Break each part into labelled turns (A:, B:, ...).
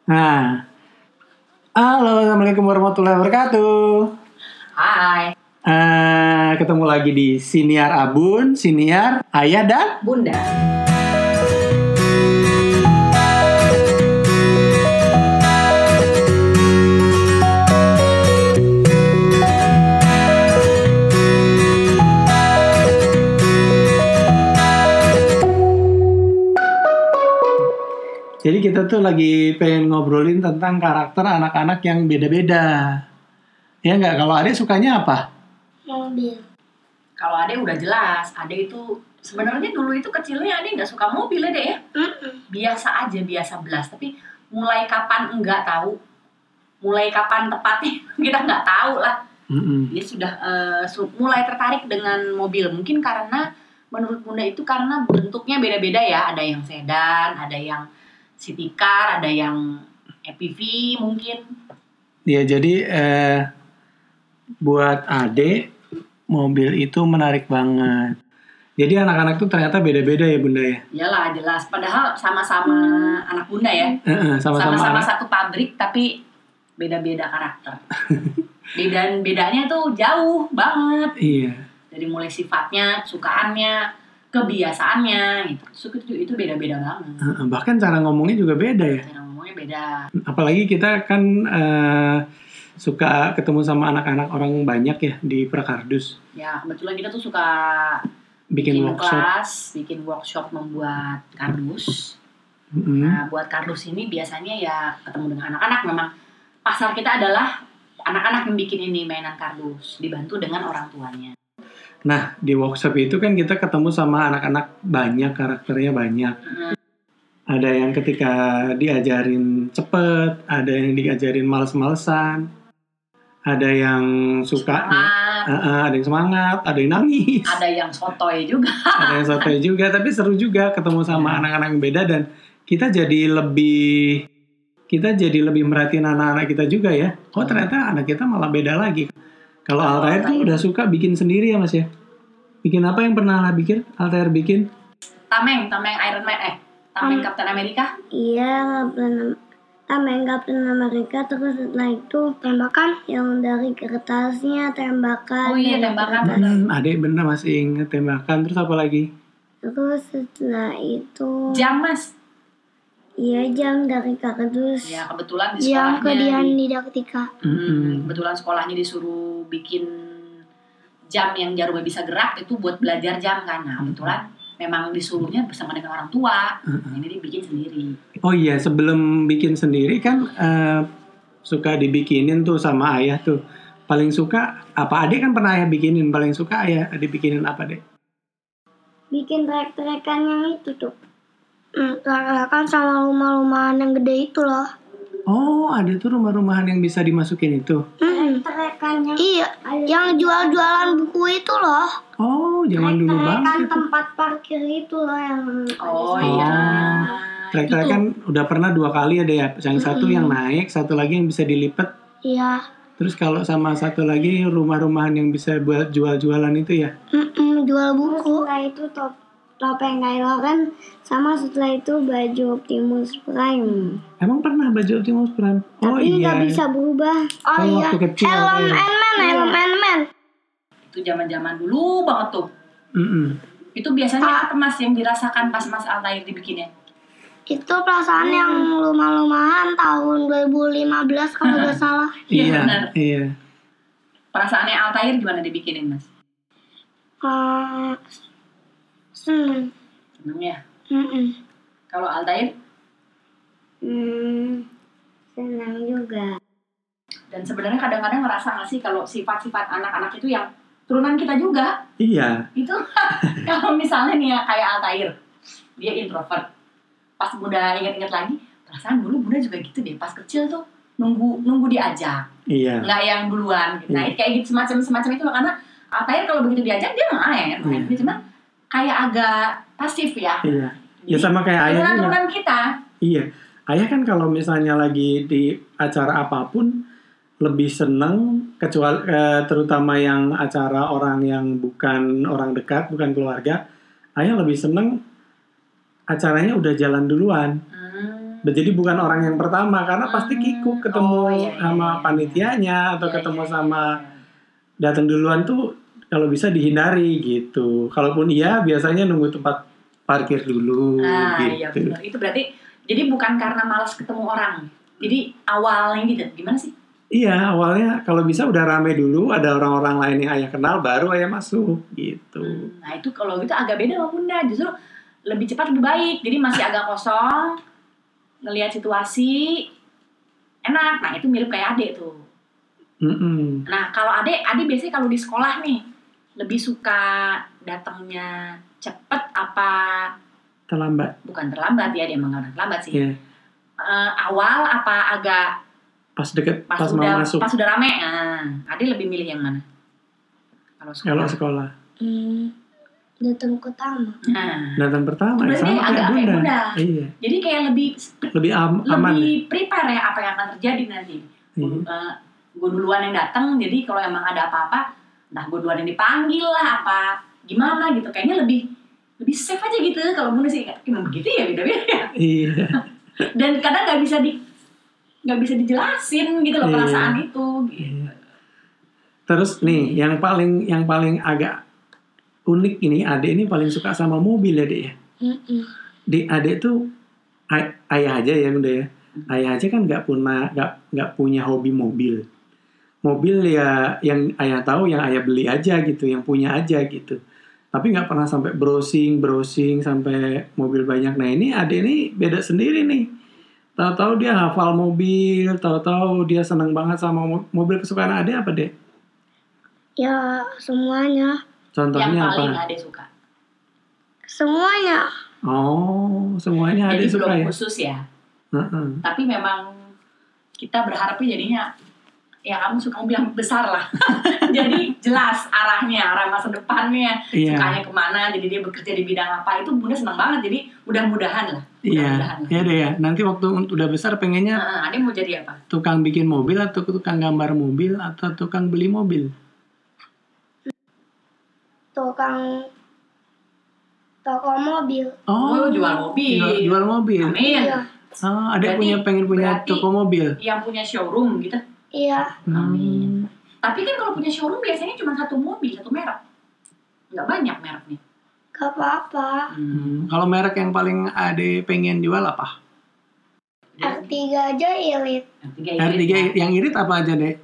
A: Nah, halo, assalamualaikum warahmatullahi wabarakatuh.
B: Hai,
A: Ketemu lagi di Siniar Abun, Siniar Ayah dan
B: Bunda.
A: Jadi kita tuh lagi pengen ngobrolin tentang karakter anak-anak yang beda-beda. Ya nggak? Kalau Ade sukanya apa?
C: Mobil.
B: Kalau Ade udah jelas, Ade itu sebenarnya dulu itu kecilnya Ade nggak suka mobil ya, Dek ya. Biasa aja, biasa belas. Tapi mulai kapan enggak tahu, mulai kapan tepatnya kita nggak tahu lah. Dia sudah mulai tertarik dengan mobil. Mungkin karena menurut Bunda itu karena bentuknya beda-beda ya. Ada yang sedan, ada yang city car, ada yang EPV mungkin.
A: Ya jadi buat Ade mobil itu menarik banget. Jadi anak-anak tuh ternyata beda-beda ya Bunda ya.
B: Iyalah jelas. Padahal sama-sama anak Bunda ya. Sama-sama satu pabrik tapi beda-beda karakter. Bedanya tuh jauh banget.
A: Iya.
B: Dari mulai sifatnya, sukaannya, kebiasaannya gitu. Itu beda-beda banget.
A: Bahkan cara ngomongnya juga beda ya.
B: Cara ngomongnya beda.
A: Apalagi kita kan suka ketemu sama anak-anak orang banyak ya di Prakardus.
B: Ya kebetulan kita tuh suka
A: bikin
B: kelas, bikin workshop membuat kardus. Nah buat kardus ini biasanya ya ketemu dengan anak-anak. Memang pasar kita adalah anak-anak yang bikin ini mainan kardus, dibantu dengan orang tuanya.
A: Nah di workshop itu kan kita ketemu sama anak-anak banyak, karakternya banyak. Ada yang ketika diajarin cepet, ada yang diajarin males-malesan, ada yang suka, ada yang semangat, ada yang nangis,
B: ada yang sotoy juga.
A: Ada yang sotoy juga, tapi seru juga ketemu sama anak-anak yang beda dan kita jadi lebih merhatiin anak-anak kita juga ya. Oh ternyata anak kita malah beda lagi. Kalau Altair tuh udah suka bikin sendiri ya Mas ya. Bikin apa yang pernah bikin? Altair bikin?
B: Tameng Iron Man Tameng Captain America?
C: Iya, Tameng Captain America. Terus setelah itu tembakan yang dari kertasnya, tembakan.
B: Oh iya tembakan.
A: Adek bener masih inget tembakan. Terus apa lagi?
C: Terus setelah itu
B: jam Mas.
C: Iya jam dari kardus.
B: Ya kebetulan di sekolahnya.
C: Jam kedian didaktika.
B: Kebetulan sekolahnya disuruh bikin jam yang jarumnya bisa gerak itu buat belajar jam kan. Nah kebetulan memang disuruhnya bersama dengan orang tua. Ini dia bikin sendiri. Oh
A: iya sebelum bikin sendiri kan suka dibikinin tuh sama ayah tuh. Paling suka apa? Adek kan pernah ayah bikinin. Paling suka ayah dibikinin apa deh?
C: Bikin trek-trekan yang itu tuh. Trek-trekan sama rumah-rumahan yang gede itu loh.
A: Oh ada tuh rumah-rumahan yang bisa dimasukin itu.
C: Trek-trekan yang iya, yang jual-jualan buku itu loh.
A: Oh zaman dulu banget.
C: Tempat parkir itu loh yang.
B: Oh iya.
A: Trek-trekan udah pernah 2 kali ada ya. Yang satu yang naik, satu lagi yang bisa dilipat.
C: Iya.
A: Terus kalau sama satu lagi rumah-rumahan yang bisa buat jual-jualan itu ya?
C: Jual buku. Setelah itu topeng Kylo Ren, sama setelah itu baju Optimus Prime.
A: Emang pernah baju Optimus Prime?
C: Oh tapi iya. Tapi nggak bisa berubah. Oh iya. Helm Ant-Man.
B: Itu zaman-zaman dulu banget tuh. Itu biasanya apa Mas yang dirasakan pas Mas Altair dibikinnya?
C: Itu perasaan yang lumah-lumahan tahun 2015 kalau nggak salah.
A: Iya,
B: benar.
A: Iya.
B: Perasaannya Altair gimana dibikinin Mas? Seneng ya? Kalau Altair?
C: Senang juga.
B: Dan sebenarnya kadang-kadang ngerasa nggak sih kalau sifat-sifat anak-anak itu yang turunan kita juga?
A: Iya.
B: Itu kalau misalnya nih ya kayak Altair, dia introvert. Pas Bunda ingat-ingat lagi, perasaan dulu Bunda juga gitu deh. Pas kecil tuh nunggu diajak.
A: Iya.
B: Nggak yang duluan. Gitu. Nah kayak gitu semacam itu karena Altair kalau begitu diajak dia main. Dia cuma kayak agak pasif ya.
A: Iya. Ya sama kayak ayah.
B: Turunan kita.
A: Iya. Ayah kan kalau misalnya lagi di acara apapun lebih seneng kecuali terutama yang acara orang yang bukan orang dekat, bukan keluarga. Ayah lebih seneng acaranya udah jalan duluan. Jadi bukan orang yang pertama karena pasti kikuk ketemu sama panitianya atau ketemu sama datang duluan tuh kalau bisa dihindari gitu. Kalaupun iya biasanya nunggu tempat parkir dulu gitu.
B: Iya benar. Itu berarti jadi bukan karena malas ketemu orang. Jadi awalnya gitu. Gimana sih?
A: Iya, awalnya kalau bisa udah rame dulu, ada orang-orang lain yang ayah kenal, baru ayah masuk, gitu.
B: Nah itu kalau gitu agak beda sama bunda, justru lebih cepat lebih baik. Jadi masih agak kosong, ngelihat situasi, enak. Nah itu mirip kayak adik tuh. Nah kalau adik biasanya kalau di sekolah nih, lebih suka datangnya cepet apa
A: terlambat?
B: Bukan terlambat ya, dia emang gak terlambat sih.
A: Yeah.
B: Awal apa agak
A: pas mau masuk,
B: pas udah rame. Ade lebih milih yang mana kalau
A: sekolah?
C: Datang pertama.
A: Datang pertama
B: berarti
A: sama
B: agak
A: kayak bunda.
B: Bunda.
A: Iya.
B: Jadi kayak lebih
A: aman,
B: lebih prepare ya apa yang akan terjadi nanti. Gue duluan yang datang, jadi kalau emang ada apa-apa, nah gue duluan yang dipanggil lah apa gimana gitu. Kayaknya lebih safe aja gitu. Kalau bunda sih emang begitu ya, beda-beda ya.
A: Iya.
B: Dan kadang nggak bisa dijelasin gitu loh perasaan itu gitu.
A: Terus nih yang paling agak unik ini, Ade ini paling suka sama mobil ya Dek ya. Ade tuh ayah aja ya bunda ya. Ayah aja kan nggak punya hobi mobil. Mobil ya yang ayah tahu yang ayah beli aja gitu, yang punya aja gitu. Tapi nggak pernah sampai browsing sampai mobil banyak. Nah ini Ade ini beda sendiri nih. Tahu-tahu dia hafal mobil, tahu-tahu dia senang banget sama mobil. Kesukaan Ade apa, Dek?
C: Ya, semuanya.
A: Contohnya
B: yang
A: apa?
B: Yang paling Ade suka?
C: Semuanya.
A: Oh, semuanya Ade suka ya?
B: Jadi belum khusus ya? Tapi memang kita berharapnya jadinya ya kamu suka mobil yang besar lah. Jadi jelas arahnya, arah masa depannya, sukanya kemana, jadi dia bekerja di bidang apa, itu bunda senang banget. Jadi mudah-mudahan lah.
A: Iya deh ya. Nanti waktu udah besar pengennya
B: Ade mau jadi apa?
A: Tukang bikin mobil atau tukang gambar mobil atau tukang beli mobil?
C: Tukang toko mobil.
A: Oh,
B: jual mobil.
A: Jual mobil.
B: Amin.
C: Iya.
A: Ade pengen punya toko mobil.
B: Yang punya showroom gitu.
C: Iya.
B: Amin. Tapi kan kalau punya showroom biasanya cuma satu mobil, satu merek. Nggak banyak mereknya.
C: Gak apa-apa.
A: Kalau merek yang paling Ade pengen jual apa?
C: R3 aja irit.
A: R3 yang irit apa aja, Dek?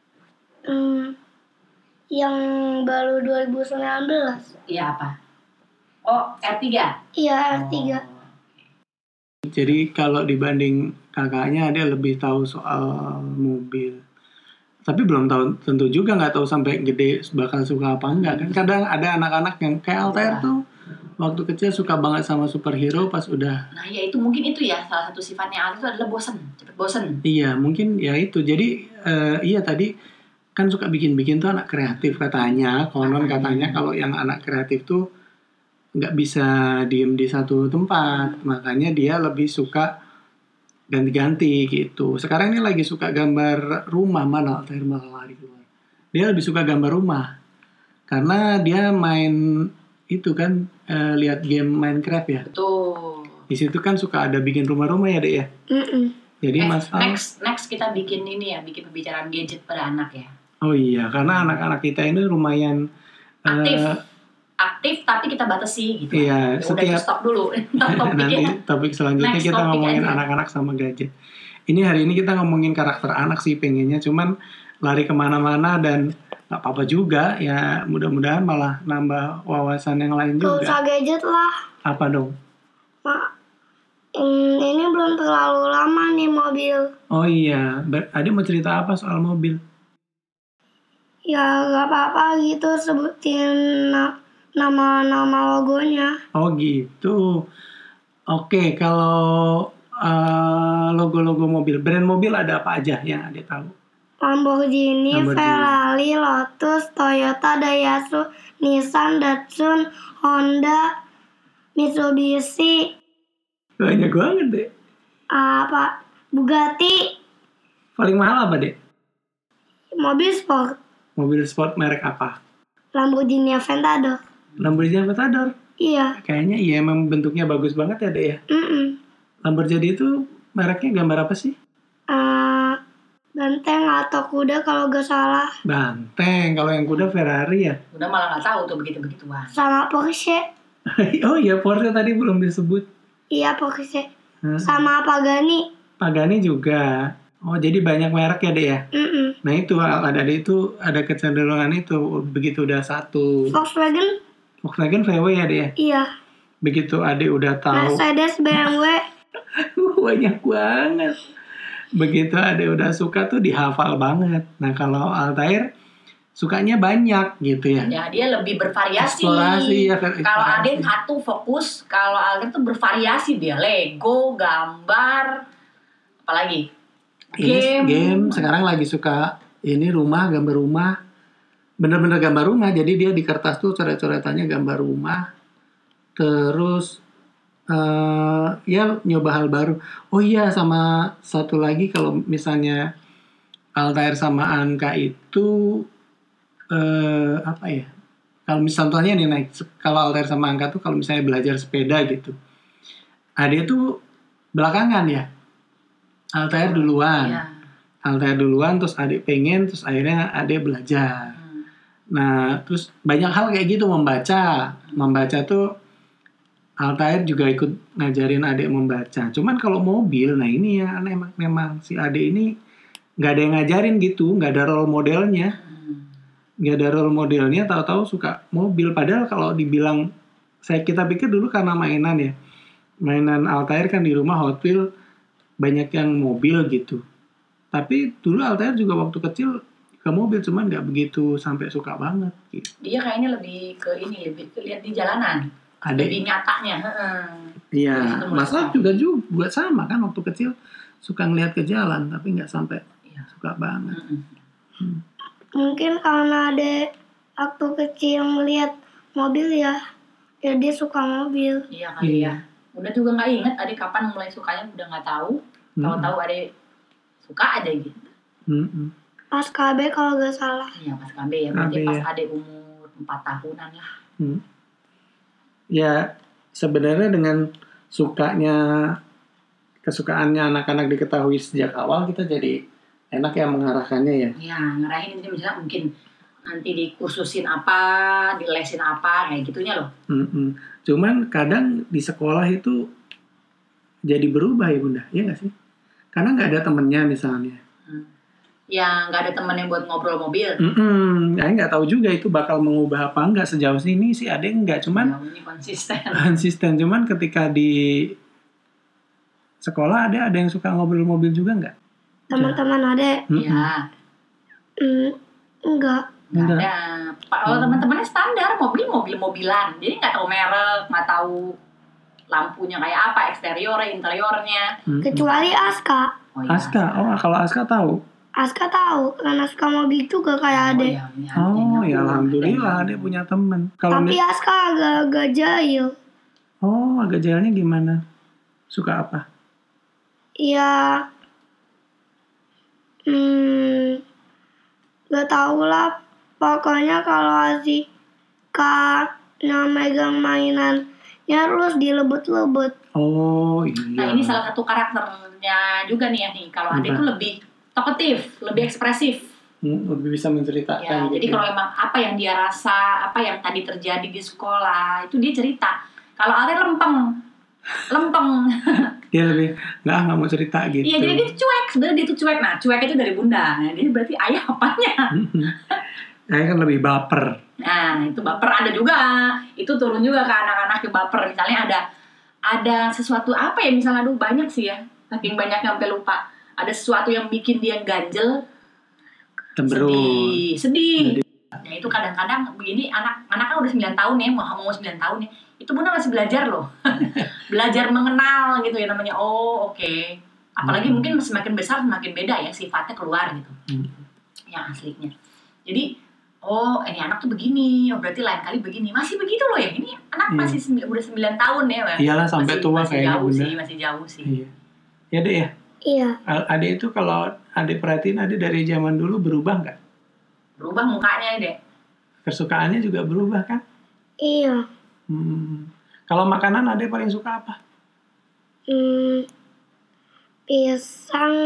C: Yang baru 2019.
B: Iya apa? Oh, R3?
C: Iya, R3.
A: Jadi kalau dibanding kakaknya Ade lebih tahu soal mobil. Tapi belum tahu, tentu juga nggak tahu sampai gede bakal suka apa enggak kan. Kadang ada anak-anak yang kayak Altair tuh waktu kecil suka banget sama superhero, pas udah.
B: Nah ya itu mungkin itu ya salah satu sifatnya Altair itu adalah bosen, cepet bosen.
A: Iya mungkin ya itu. Jadi iya tadi kan suka bikin-bikin tuh anak kreatif katanya. Konon katanya kalau yang anak kreatif tuh nggak bisa diem di satu tempat, makanya dia lebih suka ganti-ganti gitu. Sekarang ini lagi suka gambar rumah, mana Altair malah lari keluar. Dia lebih suka gambar rumah karena dia main itu kan lihat game Minecraft ya.
B: Betul.
A: Di situ kan suka ada bikin rumah-rumah ya Dek ya. Jadi
B: next kita bikin ini ya, bikin pembicaraan gadget pada anak ya.
A: Oh iya, karena anak-anak kita ini lumayan
B: aktif tapi kita batasi gitu.
A: Iya,
B: udah stop dulu.
A: Nanti topik selanjutnya kita ngomongin anak-anak sama gadget. Ini hari ini kita ngomongin karakter anak sih pengennya, cuman lari kemana-mana dan nggak apa-apa juga ya. Mudah-mudahan malah nambah wawasan yang lain juga.
C: Gak usah gadget lah.
A: Apa dong?
C: Ini belum terlalu lama nih mobil.
A: Oh iya, Ade mau cerita apa soal mobil?
C: Ya gak apa-apa gitu sebutin nama-nama logonya.
A: Oh gitu. Oke, kalau logo-logo mobil, brand mobil ada apa aja yang Ade tahu?
C: Lamborghini, Ferrari, Lotus, Toyota, Daihatsu, Nissan, Datsun, Honda, Mitsubishi.
A: Banyak banget deh.
C: Bugatti.
A: Paling mahal apa deh?
C: Mobil sport.
A: Mobil sport merek apa?
C: Lamborghini Aventador.
A: Lamborghini Aventador?
C: Iya.
A: Kayaknya iya emang bentuknya bagus banget ya deh ya. Lamborghini itu mereknya gambar apa sih?
C: Benteng atau kuda kalau gak salah.
A: Banteng. Kalau yang kuda Ferrari ya.
B: Udah malah nggak tahu tuh begitu-begituan.
C: Sama Porsche.
A: Oh iya, Porsche tadi belum disebut.
C: Iya Porsche. Sama Pagani.
A: Pagani juga. Oh jadi banyak merek ya deh ya. Nah itu ada itu ada kecenderungan itu begitu udah satu. Volkswagen VW ya deh ya.
C: Iya.
A: Begitu adik udah tahu.
C: Mercedes, BMW.
A: Banyak banget. Begitu adik udah suka tuh dihafal banget. Nah kalau Altair sukanya banyak gitu ya.
B: Ya dia lebih bervariasi.
A: Eksplorasi ya.
B: Kalau Aden satu fokus, kalau Altair tuh bervariasi dia. Lego, gambar, apalagi
A: game. Sekarang lagi suka ini rumah, gambar rumah. Bener-bener gambar rumah. Jadi dia di kertas tuh coret-coretannya gambar rumah. Terus ya nyoba hal baru. Oh iya, sama satu lagi kalau misalnya Altair sama Anka itu apa ya? Kalau misalnya nih naik, kalau Altair sama Anka tuh kalau misalnya belajar sepeda gitu, Ade tuh belakangan ya. Altair duluan.
B: ya.
A: Altair duluan, terus adik pengen, terus akhirnya adik belajar. Nah, terus banyak hal kayak gitu membaca. Membaca tuh Altair juga ikut ngajarin adik membaca. Cuman kalau mobil, nah ini ya memang si adik ini nggak ada yang ngajarin gitu, nggak ada role modelnya. Nggak ada role modelnya, tahu-tahu suka mobil. Padahal kalau dibilang, kita pikir dulu karena mainan ya. Mainan Altair kan di rumah Hot Wheels, banyak yang mobil gitu. Tapi dulu Altair juga waktu kecil ke mobil, cuman nggak begitu sampai suka banget gitu.
B: Dia kayaknya lebih ke lihat di jalanan.
A: Adek.
B: Lebih nyatanya.
A: Iya, Mas juga buat sama kan waktu kecil suka ngeliat ke jalan tapi nggak sampai suka banget.
C: Mungkin karena ada waktu kecil melihat mobil ya dia suka mobil.
B: Iya kali ya. Udah juga nggak inget adik kapan mulai sukanya, udah nggak tahu. Tahu-tahu adik suka aja gitu.
C: Pas KB kalau gak salah.
B: Iya pas KB ya, berarti pas adik umur 4 tahunan lah.
A: Ya sebenarnya dengan kesukaannya anak-anak diketahui sejak awal, kita jadi enak ya mengarahkannya ya.
B: Iya, ngarahin ini misalnya mungkin nanti dikursusin apa, dilesin apa, kayak gitunya loh.
A: Cuman kadang di sekolah itu jadi berubah ya Bunda, ya nggak sih? Karena nggak ada temennya misalnya.
B: Ya nggak ada temennya buat ngobrol mobil.
A: Saya nggak tahu juga itu bakal mengubah apa enggak. Sejauh ini sih ada enggak, cuman
B: ini konsisten.
A: Cuman ketika di sekolah ada yang suka ngobrol mobil juga enggak?
C: Teman-teman ada?
B: Iya.
C: Enggak.
B: Nggak ada. Kalau teman-temannya standar mobilan, jadi nggak tahu merek, nggak tahu lampunya kayak apa, eksteriornya, interiornya.
C: Kecuali Aska.
A: Aska, kalau Aska tahu.
C: Aska tahu karena suka mobil juga kayak Ade.
A: Ya alhamdulillah Ade punya teman.
C: Tapi Aska agak jahil.
A: Oh, agak jahilnya gimana? Suka apa?
C: Ya, gak tahu lah. Pokoknya kalau Azika megang mainannya terus dilebet-lebet.
A: Oh iya.
B: Nah ini salah satu karakternya juga nih ya nih. Kalau Ade itu lebih talkative, lebih ekspresif.
A: Lebih bisa menceritakan.
B: Ya, gitu. Jadi kalau emang apa yang dia rasa, apa yang tadi terjadi di sekolah, itu dia cerita. Kalau Ade lempeng.
A: Dia lebih nggak mau cerita gitu.
B: Iya, jadi dia cuek. Sebenarnya dia tuh cuek. Nah, cuek itu dari bunda. Nah, dia berarti ayah apanya?
A: Ayah kan lebih baper.
B: Nah, itu baper ada juga. Itu turun juga ke anak-anak yang baper. Misalnya ada sesuatu apa ya? Misalnya aduh banyak sih ya. Saking banyaknya sampai lupa. Ada sesuatu yang bikin dia ganjel, sedih. Nah itu kadang-kadang begini anak kan udah 9 tahun ya, mau 9 tahun ya. Itu bunda masih belajar loh. Belajar mengenal gitu ya namanya. Oh oke. Apalagi mungkin semakin besar semakin beda ya sifatnya keluar gitu. Yang aslinya. Jadi ini anak tuh begini, berarti lain kali begini. Masih begitu loh ya. Ini anak masih udah 9 tahun ya.
A: Iyalah sampai tua kayaknya bunda.
B: Masih jauh sih.
A: Iya. Ya deh ya.
C: Iya.
A: Adik itu kalau adik perhatiin adik dari zaman dulu berubah nggak?
B: Berubah mukanya deh.
A: Kesukaannya juga berubah kan?
C: Iya.
A: Kalau makanan adik paling suka apa?
C: pisang,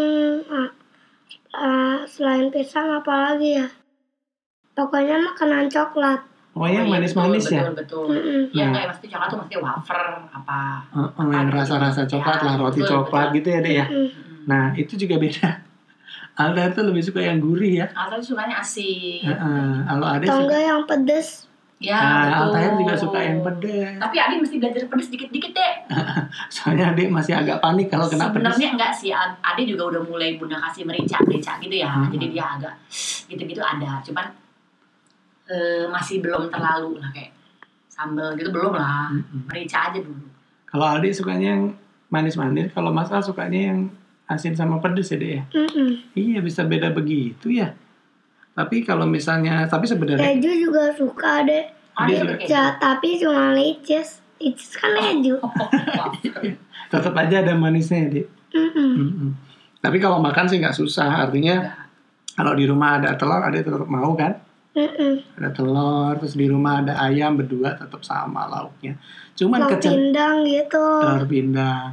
C: selain pisang apa lagi ya? Pokoknya makanan coklat.
A: Oh yang manis-manis ya?
B: Betul. Ya kayak pasti coklat tuh mesti wafer apa.
A: Yang rasa-rasa coklat lah, roti coklat gitu ya Dek ya. Nah itu juga beda. Alda tuh lebih suka yang gurih ya.
B: Alda sukanya asin.
A: Kalau Ade
C: Atau
A: suka
C: enggak yang pedes.
B: Ya betul.
A: Altair juga suka yang pedes.
B: Tapi Ade mesti belajar pedes dikit-dikit deh.
A: Soalnya Ade masih agak panik kalau kena pedes.
B: Sebenarnya enggak sih, Ade juga udah mulai Bunda kasih merica gitu ya. Jadi dia agak gitu-gitu ada. Cuman masih belum terlalu lah kayak sambal gitu belum lah. Merica aja dulu.
A: Kalau Aldi sukanya yang manis-manis, kalau Mas Al sukanya yang asin sama pedes ya Dek ya. Iya bisa beda begitu ya. Tapi kalau misalnya, tapi sebenarnya
C: keju juga suka deh. Ya, tapi cuma leches kan keju.
A: Tetap aja ada manisnya ya Dek. Tapi kalau makan sih nggak susah, artinya kalau di rumah ada telur, Ade tetap mau kan? Ada telur, terus di rumah ada ayam berdua tetap sama lauknya. Cuman
C: pindang gitu.
A: Telur pindang.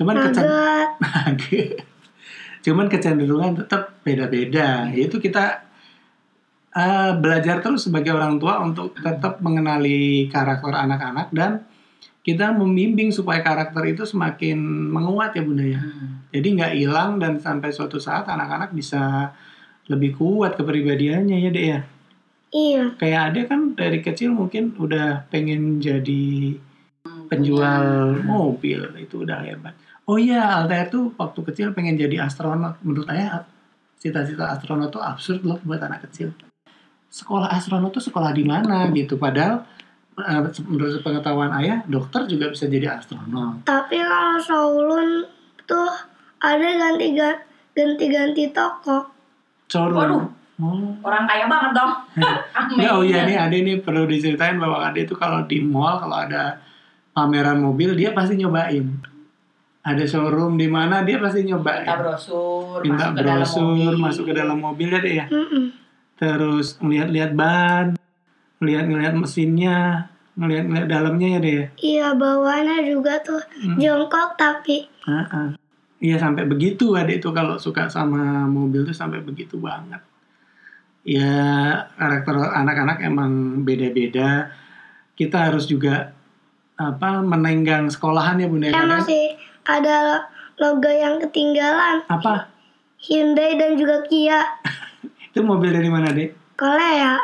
A: Cuman kecenderungan tetap beda-beda. Yaitu kita belajar terus sebagai orang tua untuk tetap mengenali karakter anak-anak dan kita membimbing supaya karakter itu semakin menguat ya Bunda ya. Jadi nggak hilang dan sampai suatu saat anak-anak bisa lebih kuat kepribadiannya ya Dek ya.
C: Iya.
A: Kayak Ade kan dari kecil mungkin udah pengen jadi penjual mobil, itu udah hebat. Oh iya, Altair tuh waktu kecil pengen jadi astronot. Menurut saya cita-cita astronot tuh absurd loh buat anak kecil. Sekolah astronot tuh sekolah di mana gitu, padahal menurut pengetahuan ayah, dokter juga bisa jadi astronot.
C: Tapi kalau Shaolun tuh ada ganti-ganti toko.
B: Waduh. Orang kaya banget dong.
A: Oh iya nih Ade nih perlu diceritain bahwa Ade itu kalau di mall kalau ada pameran mobil dia pasti nyobain. Ada showroom di mana dia pasti nyobain. Minta brosur masuk ke dalam mobil ya Dek ya. Terus ngeliat-liat ban, ngeliat mesinnya, ngeliat dalamnya ya Dek ya.
C: Iya bawahnya juga tuh jongkok tapi.
A: Iya sampai begitu Ade itu kalau suka sama mobil tuh sampai begitu banget. Ya karakter anak-anak emang beda-beda. Kita harus juga menenggang sekolahan ya Bunda.
C: Masih ada logo yang ketinggalan.
A: Apa?
C: Hyundai dan juga Kia.
A: Itu mobil dari mana Dek?
C: Korea.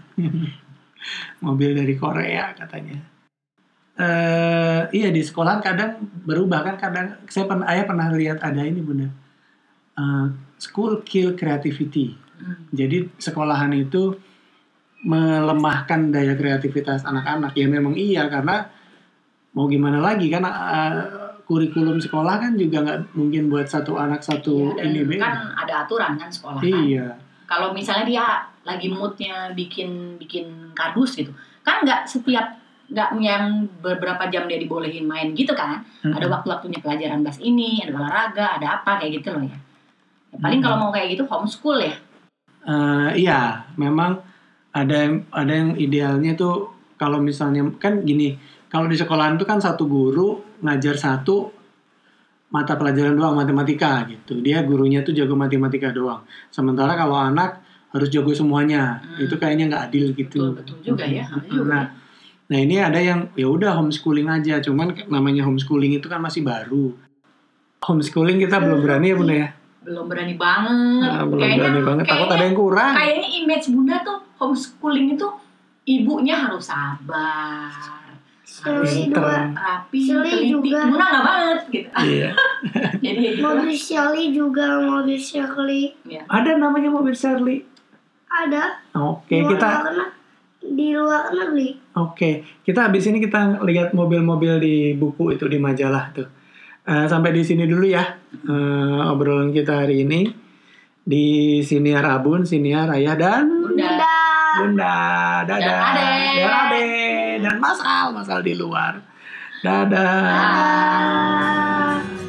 A: Mobil dari Korea katanya. Iya di sekolahan kadang berubah kan kadang. Ayah pernah lihat ada ini Bunda. School kill creativity. Jadi sekolahan itu melemahkan daya kreativitas anak-anak. Ya memang iya karena mau gimana lagi kan kurikulum sekolah kan juga nggak mungkin buat satu anak satu ini beda.
B: Kan ada aturan kan sekolah
A: iya.
B: Kan. Kalau misalnya dia lagi moodnya bikin kardus gitu, kan nggak yang beberapa jam dia dibolehin main gitu kan. Ada waktu-waktunya pelajaran bahasa ini, ada olahraga, ada apa kayak gitu loh ya. Paling kalau mau kayak gitu homeschool ya.
A: Iya, memang ada yang idealnya tuh kalau misalnya kan gini, kalau di sekolahan tuh kan satu guru ngajar satu mata pelajaran doang matematika gitu. Dia gurunya tuh jago matematika doang. Sementara kalau anak harus jago semuanya, itu kayaknya nggak adil gitu.
B: Betul juga ya.
A: Nah ini ada yang ya udah homeschooling aja, cuman namanya homeschooling itu kan masih baru. Homeschooling kita belum berani ya Bunda ya.
B: Belum berani banget.
A: Belum berani banget. Takut ada yang kurang.
B: Kayaknya image Bunda tuh homeschooling itu ibunya harus sabar, harus rapi, teliti. Bunda nggak banget gitu.
A: Iya.
B: Jadi gitu.
C: Mobil Shirley.
B: Ya.
A: Ada namanya mobil Shirley.
C: Ada.
A: Oke,
C: di luar negeri.
A: Oke, kita habis ini kita lihat mobil-mobil di buku itu di majalah tuh. Sampai di sini dulu ya obrolan kita hari ini di Siniar Abun, Siniar Ayah dan Bunda, dadah, dan Ade, dan Mas Al di luar, dadah.